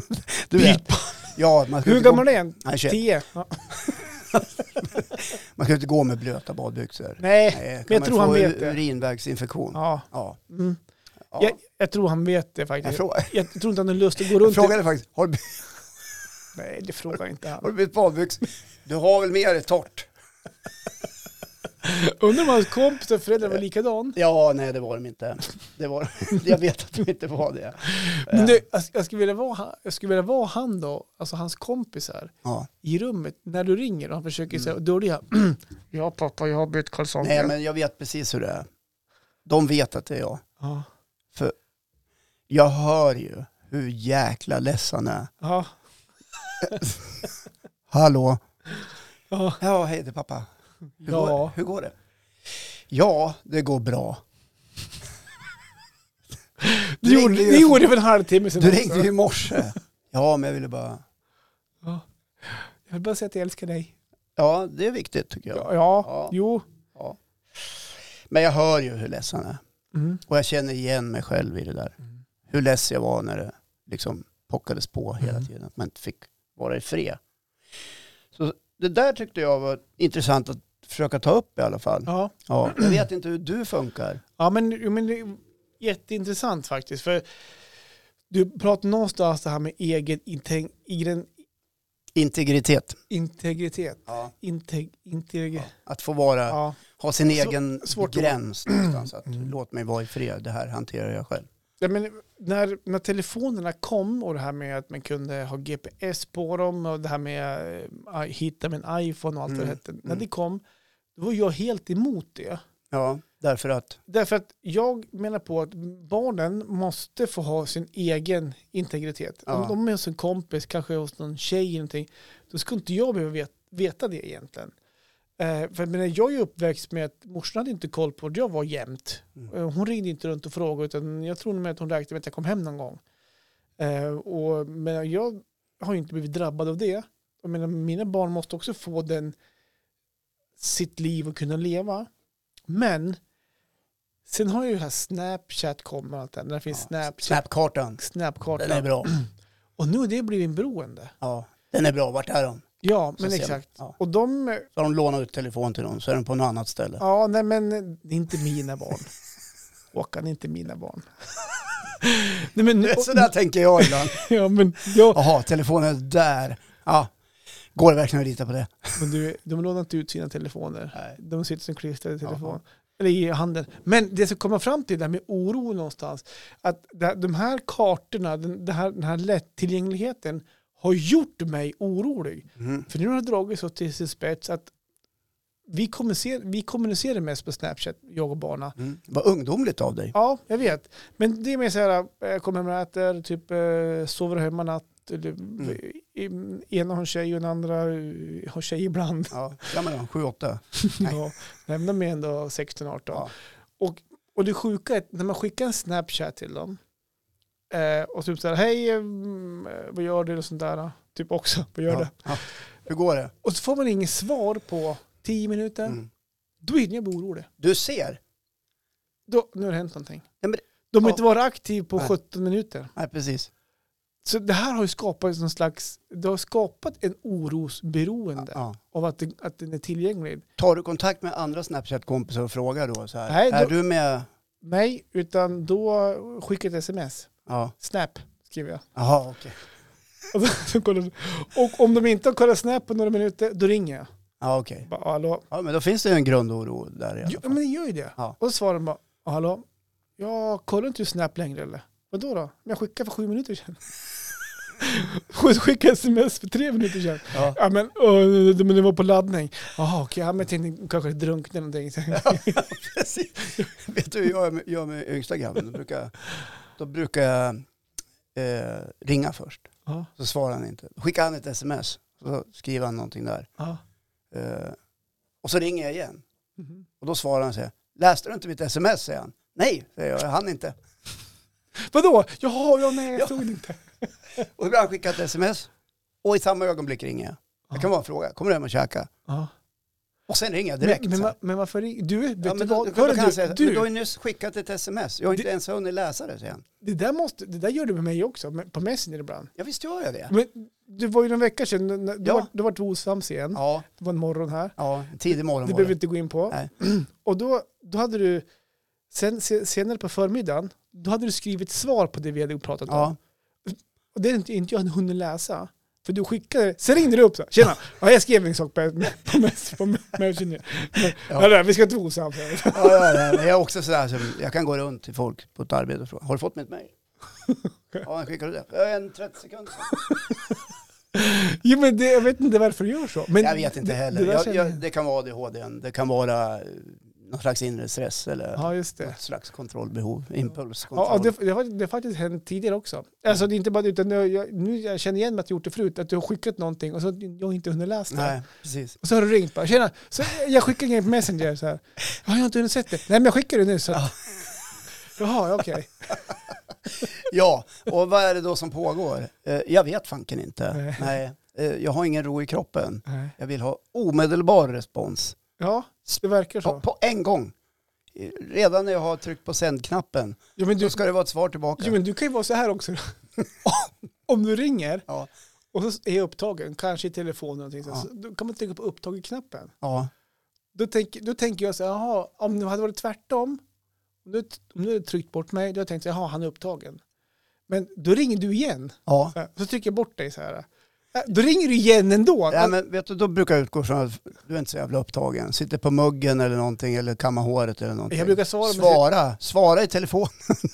Du vet. Ja, man ska Hur inte gå, gammal är den? Nej, tjugoett. Tio? Ja. Man ska inte gå med blöta badbyxor. Nej, Nej, kan men jag man tror få han vet det. urinvägsinfektion. Ja. Ja. Mm. Ja. Jag, jag tror han vet det faktiskt. Jag, fråga, jag tror inte han har lust att gå runt. jag frågade faktiskt, har du, Nej, det frågar inte han. har du bytt badbyxor? Du har väl med dig torrt? Undrar om hans kompis och föräldrar var likadan. Ja, nej det var de inte. Det var, jag vet att de inte var det. Men du, jag skulle vilja vara han, jag skulle vilja vara han då, alltså hans kompisar Ja. i rummet när du ringer och han försöker Mm. säga, då är det jag, ja pappa, jag har bytt kalsonger. Nej, men jag vet precis hur det är. De vet att det är jag. Ja. För jag hör ju hur jäkla ledsen är. Ja. Hallå? Ja. Ja, hej det är pappa. Hur, Ja. går, hur går det? Ja, det går bra. Du, gjorde, ringde ju- det gjorde det för en halvtimme sedan Du också. ringde ju i morse. Ja, men jag ville bara... Ja. Jag vill bara säga att jag älskar dig. Ja, det är viktigt tycker jag. Ja, ja. Ja. Jo. Ja. Men jag hör ju hur ledsen jag är. Mm. Och jag känner igen mig själv i det där. Mm. Hur ledsen jag var när det liksom pockades på hela Mm. tiden. Att man inte fick vara i fred. Så det där tyckte jag var intressant att försöka ta upp i alla fall. Ja. Ja, jag vet inte hur du funkar. Ja, men, jo, men det är jätteintressant faktiskt. För du pratar någonstans det här med egen integ- egen Integritet. integritet. Ja. Integ- integ- Att få vara, ja. ha sin Så- egen svårt gräns någonstans. Att Mm. låt mig vara i fred. Det här hanterar jag själv. Ja, men när, när telefonerna kom och det här med att man kunde ha G P S på dem och det här med att hitta med en iPhone och allt Mm. vad det hette. När Mm. det kom, då var jag helt emot det. Ja, därför att... Därför att jag menar på att barnen måste få ha sin egen integritet. Ja. Om de är hos en kompis, kanske hos någon tjej eller någonting, då skulle inte jag behöva veta, veta det egentligen. Eh, för men jag är uppväxt med att morsan hade inte koll på det jag var jämt. Mm. Eh, hon ringde inte runt och frågade, utan jag tror med att hon räknade med att jag kom hem någon gång. Eh, och, men jag har ju inte blivit drabbad av det. Jag menar, mina barn måste också få den sitt liv och kunna leva. Men sen har ju det här Snapchat kommit och allt det där. När det finns Ja, Snapchat, Snapkartan. Snapkartan. Den är bra. Och nu har det blivit en beroende. Ja, den är bra. Vart är de? Ja, Så men ser man. exakt. Ja. Och de, Så har de lånat ut telefon till någon så är de på något annat ställe. ja, nej men det är inte mina barn. Håkan är inte mina barn. nej, men, Så där tänker jag ibland. ja, men, ja, Jaha, telefonen är där. Ja, går det verkligen att lita på det? men du, de lånar inte ut sina telefoner. Nej. De sitter som klistrade telefon. Jaha. Eller i handen. Men det som kommer fram till det här med oro någonstans. Att det- de här kartorna, den, det här, den här lättillgängligheten har gjort mig orolig. Mm. För nu har det dragit så till sin spets att vi kommunicerar, vi kommunicerar mest på Snapchat, jag och barna. Mm. Vad ungdomligt av dig. Ja, jag vet. Men det är mer så här, jag kommer hem och äter, typ eh, sover hemma natt. Eller, Mm. i- ena har en tjej och den andra eh, har tjej ibland. Ja, gammal då, sju, åtta. ja, lämna med ändå sexton arton. Ja. Och, och det sjuka är att när man skickar en Snapchat till dem eh, och typ så här, hej, mm, vad gör du? Och sånt där. Typ också, vad gör Ja. du? Ja. Hur går det? Och så får man inget svar på tio minuter. Mm. Då hinner jag bli orolig. Du ser. Då, nu har det hänt någonting. Ja, men, De har ja. inte varit aktiva på Nej. sjutton minuter. nej, precis. Så det här har ju skapat någon slags, det har skapat en orosberoende Ja. av att, det, att den är tillgänglig. Tar du kontakt med andra Snapchat-kompisar och frågar då så här? Nej, är då- du med? Nej, utan då skickar jag ett sms. Ja. Snap skriver jag. Jaha, okej. Och, så kollar, och om de inte har kollat Snap på några minuter, då ringer jag. Ja, okej. Bara, hallå? Ja, men då finns det ju en grundoro där i alla Jo, fall. men det gör ju det. Ja. Och så svarar de bara, hallå? Jag kollar inte Snap längre eller? Vadå då? Men jag skickade för sju minuter sedan. Och så skickade jag sms för tre minuter sedan. Ja. Ja, men, åh, men det var på laddning. Jaha, okej. Ja, men jag tänkte kanske drunkna någonting. Precis. Vet du hur jag gör med yngsta grabben? Då brukar, då brukar jag eh, ringa först. Ja, Så svarar han inte. Då skickar han ett sms. Så skriver han någonting där. ja. Eh, och så ringer jag igen. Mhm. Och då svarar han så här. Läste du inte mitt sms? Säger han. Nej, säger jag. Jag hann inte. Vadå? Jaha, ja, nej, jag Ja. såg det inte. Och så blir han skickat ett sms. Och i samma ögonblick ringer jag. Jag kan bara fråga. Kommer du hem och käka? Ja. Och sen ringer jag direkt. Men, men, så här. va- men varför ring- Du, vet Ja, du men då, vad? då, då Hörru, kan han du, säga, men du har du, ju nyss skickat ett sms. Jag har inte Det- ens hunnit läsa det, säger han. det, där måste, det där gör du med mig också, men på Messenger ibland. Ja, visst gör jag det. Men det var ju en vecka sedan, när- du, Ja. var, du var osams igen. Ja, Det var en morgon här. ja, tidig morgon Det var behöver vi det. inte gå in på. Nej. Och då, då hade du, sen, se- senare på förmiddagen, då hade du skrivit svar på det vi hade pratat Ja. om. Och det är inte, inte jag hade hunnit läsa. För du skickade, sen ringde du upp så här, tjena, ja, jag skrev en sak på på Messenger. Ja. Ja, vi ska inte vara osams. Ja, ja, ja, men jag är också sådär, så jag kan gå runt till folk på ett arbete och fråga, har du fått mitt mejl? Ja, skickar du det? Ja, en trettio sekunder sedan. Jo, men det, jag vet inte varför du gör så. Men jag vet inte heller. Det, det, jag, jag, det kan vara A D H D, det kan vara någon slags inre stress eller ja, just det. något slags kontrollbehov, impulskontroll. Ja, det, det, har, det har faktiskt hänt tidigare också. Alltså det är inte bara det, utan jag, nu jag känner igen mig att jag gjort det förut, att du har skickat någonting och så jag har inte hunnit läsa det. Nej, precis. Och så har du ringt bara, tjena, så jag skickar en grej på Messenger så här. Ja, jag har inte hunnit sett det. Nej, men jag skickar det nu så att... Ja. Jaha, okej. Okay. Ja, och vad är det då som pågår? Eh, jag vet fanken inte. Nej. Nej. Eh, jag har ingen ro i kroppen. Nej. Jag vill ha omedelbar respons. Ja, det verkar så. På, på en gång. Redan när jag har tryckt på sändknappen, Ja, men då du, ska det vara ett svar tillbaka. ja, men du kan ju vara så här också. Om du ringer Ja. och så är jag upptagen, kanske i telefon eller någonting, Ja. så då kan man trycka på upptaget-knappen. Ja. Då, tänk, då tänker jag så här, jaha, om det hade varit tvärtom, om du, om du hade tryckt bort mig, då hade jag tänkt så här, jaha, han är upptagen. Men då ringer du igen. Ja. Så, här, så trycker jag bort dig så här. Äh, Då ringer du igen ändå. Ja, men vet du, då brukar jag utgå från att du är inte så jävla upptagen. Sitter på muggen eller någonting, eller kammar håret eller någonting. Jag brukar svara. Svara, svara i telefon.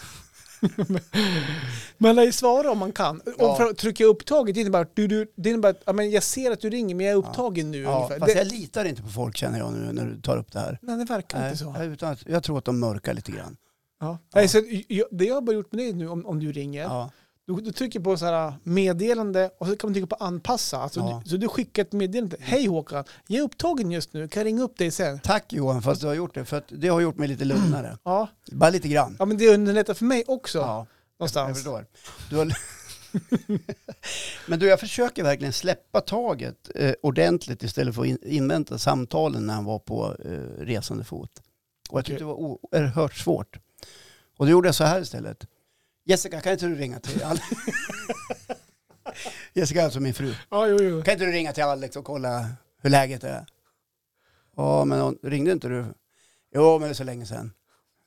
Man lär ju svara om man kan. Ja. Och för att trycka upptaget, det innebär att du, du, det innebär att ja, men jag ser att du ringer, men jag är upptagen nu. Ja, Ungefär. fast Det, jag litar inte på folk, känner jag nu när du tar upp det här. nej, det verkar Nej, inte så. utan att, jag tror att de mörkar lite grann. Ja. Ja. Nej, så jag, det jag har bara gjort med dig nu, om, om du ringer, Ja. du, du trycker på så här meddelande och så kan man trycka på anpassa. Alltså, Ja. du, så du skickar ett meddelande. Hej Håkan, jag är upptagen just nu, kan jag ringa upp dig sen? Tack Johan för att du har gjort det, för att det har gjort mig lite lugnare. Ja, Bara lite grann. ja men det underlättar för mig också. Ja, jag Någonstans. förstår. Du har... Men du, jag försöker verkligen släppa taget eh, ordentligt istället för att in- invänta samtalen när han var på eh, resande fot. Och jag tyckte det var oerhört svårt. Och då gjorde jag så här istället. Jessica, kan inte du ringa till Alex? Jessica är alltså min fru. Ja, jo, jo. Kan inte du ringa till Alex och kolla hur läget är? Ja, men hon, ringde inte du? Jo, men det är så länge sedan.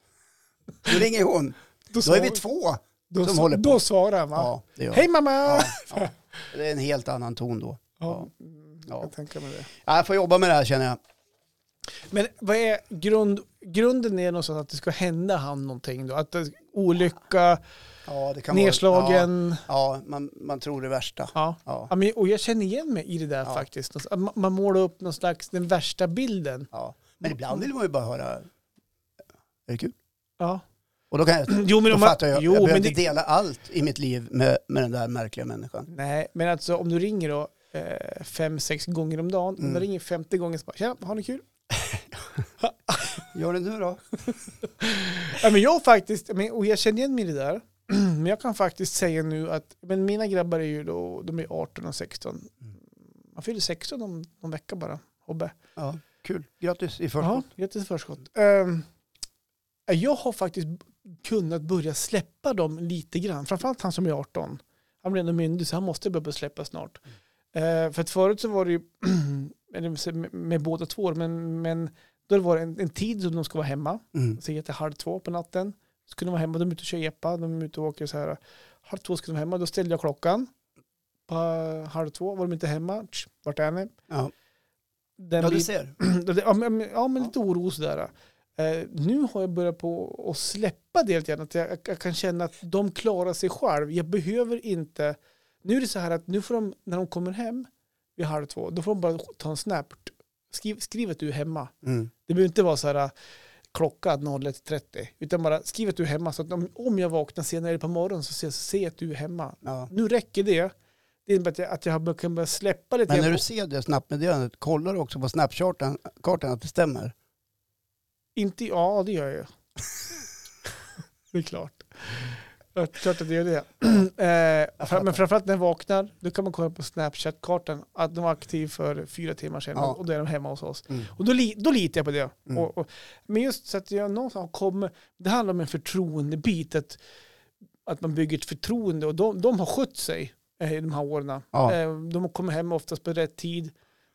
Då ringer hon. Då, Då är vi två då, som så, håller på. då svarar han va? Ja, det gör Hej mamma! ja, ja. Det är en helt annan ton då. Ja, Ja. jag tänker mig det. Ja, jag får jobba med det här, känner jag. Men vad är grund, grunden är någonstans att det ska hända han någonting då? Att det, olycka, Ja, det kan nedslagen. Vara, ja, ja man, man tror det värsta. Ja. Ja, Ja, men, och jag känner igen mig i det där Ja. faktiskt. Att Man, man målar upp någon slags, den värsta bilden. ja. Men ibland vill man ju bara höra, är det kul? Ja. Och då kan jag, Jo, men då om man, fattar jag, jo, jag behöver men inte det, dela allt i mitt liv med, med den där märkliga människan. nej, men alltså om du ringer då eh, fem, sex gånger om dagen, Mm. om du ringer femte gången så bara, tjena, har ni kul? Gör det nu då? Ja, men jag faktiskt, men, och jag känner igen mig i det där, men jag kan faktiskt säga nu att men mina grabbar är ju då, de är arton och sexton. Man fyller sexton om någon vecka bara, Hobbe. Ja, kul. Grattis i förskott. Ja, grattis i förskott. Um, jag har faktiskt kunnat börja släppa dem lite grann. Framförallt han som är arton. Han blir ändå myndig så han måste börja släppa snart. Mm. Uh, för att förut så var det ju eller med, med båda två, men, men då var det en, en tid som de ska vara hemma. Mm. Så heter halv två på natten. Så kunde de vara hemma, de är ute och kör epa, de är ute och åker så här. Halv två ska de vara hemma, då ställde jag klockan. På halv två var de inte hemma. Tsch, vart är ni? Ja, Den ja du blir- ser. ja, men, ja, men lite oro sådär. Uh, nu har jag börjat på att släppa det lite grann. Att jag, jag kan känna att de klarar sig själv. Jag behöver inte... Nu är det så här att nu får de, när de kommer hem vid halv två, då får de bara ta en snap. Skriv, skriv att du är hemma. Mm. Det behöver inte vara så här klockan noll ett trettio. Utan bara skriv att du är hemma. Så att om, om jag vaknar senare på morgonen så ser jag se att du är hemma. Ja. Nu räcker det. Det innebär att jag, att jag kan börja släppa lite Men när grann du på- ser det snabbmeddelandet, kollar du också på snapchartan kartan att det stämmer? Inte, ja, det gör jag. Det är klart. Det är klart att det gör det. eh, fram, men framförallt när jag vaknar, då kan man kolla på Snapchat-kartan att de var aktiv för fyra timmar sedan Ja. och då är de hemma hos oss. Mm. Och då, li, då litar jag på det. Mm. Och, och, men just så att jag någonstans kommer, det handlar om en förtroendebit, att, att man bygger ett förtroende och de, de har skött sig eh, i de här åren. Ja. Eh, de kommer hem oftast på rätt tid.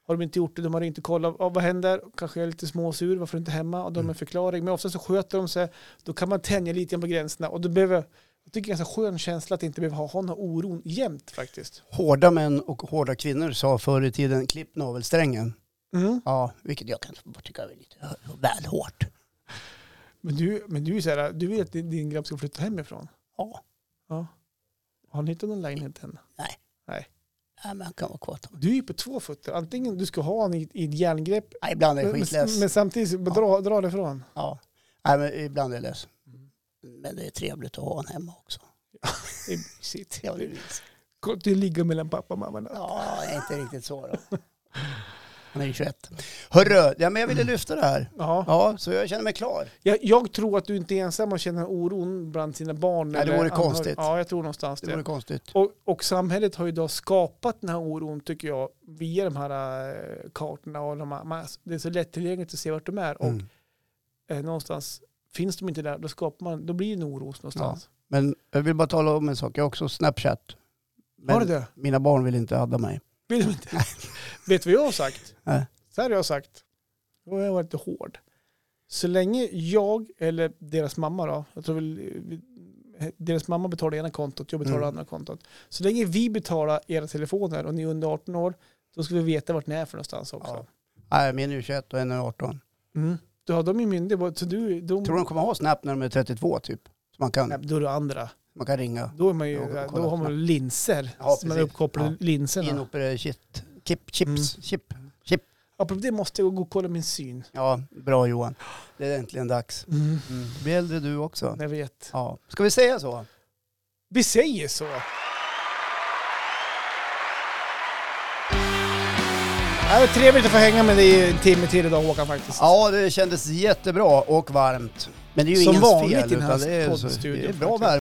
Har de inte gjort det, de har inte kollat. Ja, vad händer? Kanske är lite småsur, varför är du inte hemma? Och de har en förklaring. Men ofta så sköter de sig. Då kan man tänja lite på gränserna. Och då behöver, jag tycker det är en ganska skön känsla att inte behöva ha, ha den här oron jämt faktiskt. Hårda män och hårda kvinnor sa förr i tiden klipp navelsträngen. Mm. Ja, vilket jag kan tycka är lite väl hårt. Men du, men du är så här, du vet att din, din grabb ska flytta hemifrån? Ja. Ja. Har ni hittat någon lägenhet än? Nej. Nej. Ja, men han kan vara kvar. Du är ju på två fötter. Antingen du ska ha han i, i ett järngrepp. Nej, ibland är det men, skitlös. men samtidigt ja. dra, dra det ifrån. Ja. Nej, men ibland är det lös. Men det är trevligt att ha han hemma också. Det är mysigt. Ja, det är mysigt. Du ligger mellan pappa och mamma. Ja, inte riktigt så då. Han är ju tjugoett. Hörru, ja, men jag ville lyfta det här. Ja. Ja, så jag känner mig klar. Jag, jag tror att du inte är ensam och känner oron bland sina barn. Nej, det vore konstigt. Ja, jag tror någonstans det. Det vore konstigt. Och, och samhället har ju då skapat den här oron, tycker jag, via de här äh, kartorna. Och de här, det är så lättillgängligt att se vart de är. Mm. Och äh, någonstans, finns de inte där, då skapar man, då blir det en oro någonstans. Ja. Men jag vill bara tala om en sak. Jag har också Snapchat. Men har du det? Mina barn vill inte adda mig. Vill de inte? Vet du vad jag har sagt? Nej. Så här har jag sagt. Och jag har varit lite hård. Så länge jag eller deras mamma då, jag tror väl deras mamma betalar ena kontot, jag betalar mm. andra kontot. Så länge vi betalar era telefoner och ni är under arton år, då ska vi veta vart ni är för någonstans också. Ja. Nej, min är ju tjugoett och en är arton. Mm. Då har de ju myndig. Så du, de... Tror de kommer ha Snap när de är trettiotvå typ? Så man kan, Nej, då är det andra. Man kan ringa. Då, är man ju, då har man linser. Ja, man är uppkopplade ja. linserna. Inopererade chip, chip, chips, Mm. chip, chip. Apropå det måste jag gå och kolla min syn. Ja, bra Johan. Det är äntligen dags. Mm. Mm. Blir äldre du också. Jag vet. Ja. Ska vi säga så? Vi säger så. Det var trevligt att få hänga med dig en timme till idag, Håkan, faktiskt. Ja, det kändes jättebra och varmt. Men det är ju Som ingens vanligt fel. i den här Utan det är, så, poddstudion, det är bra faktiskt. värme.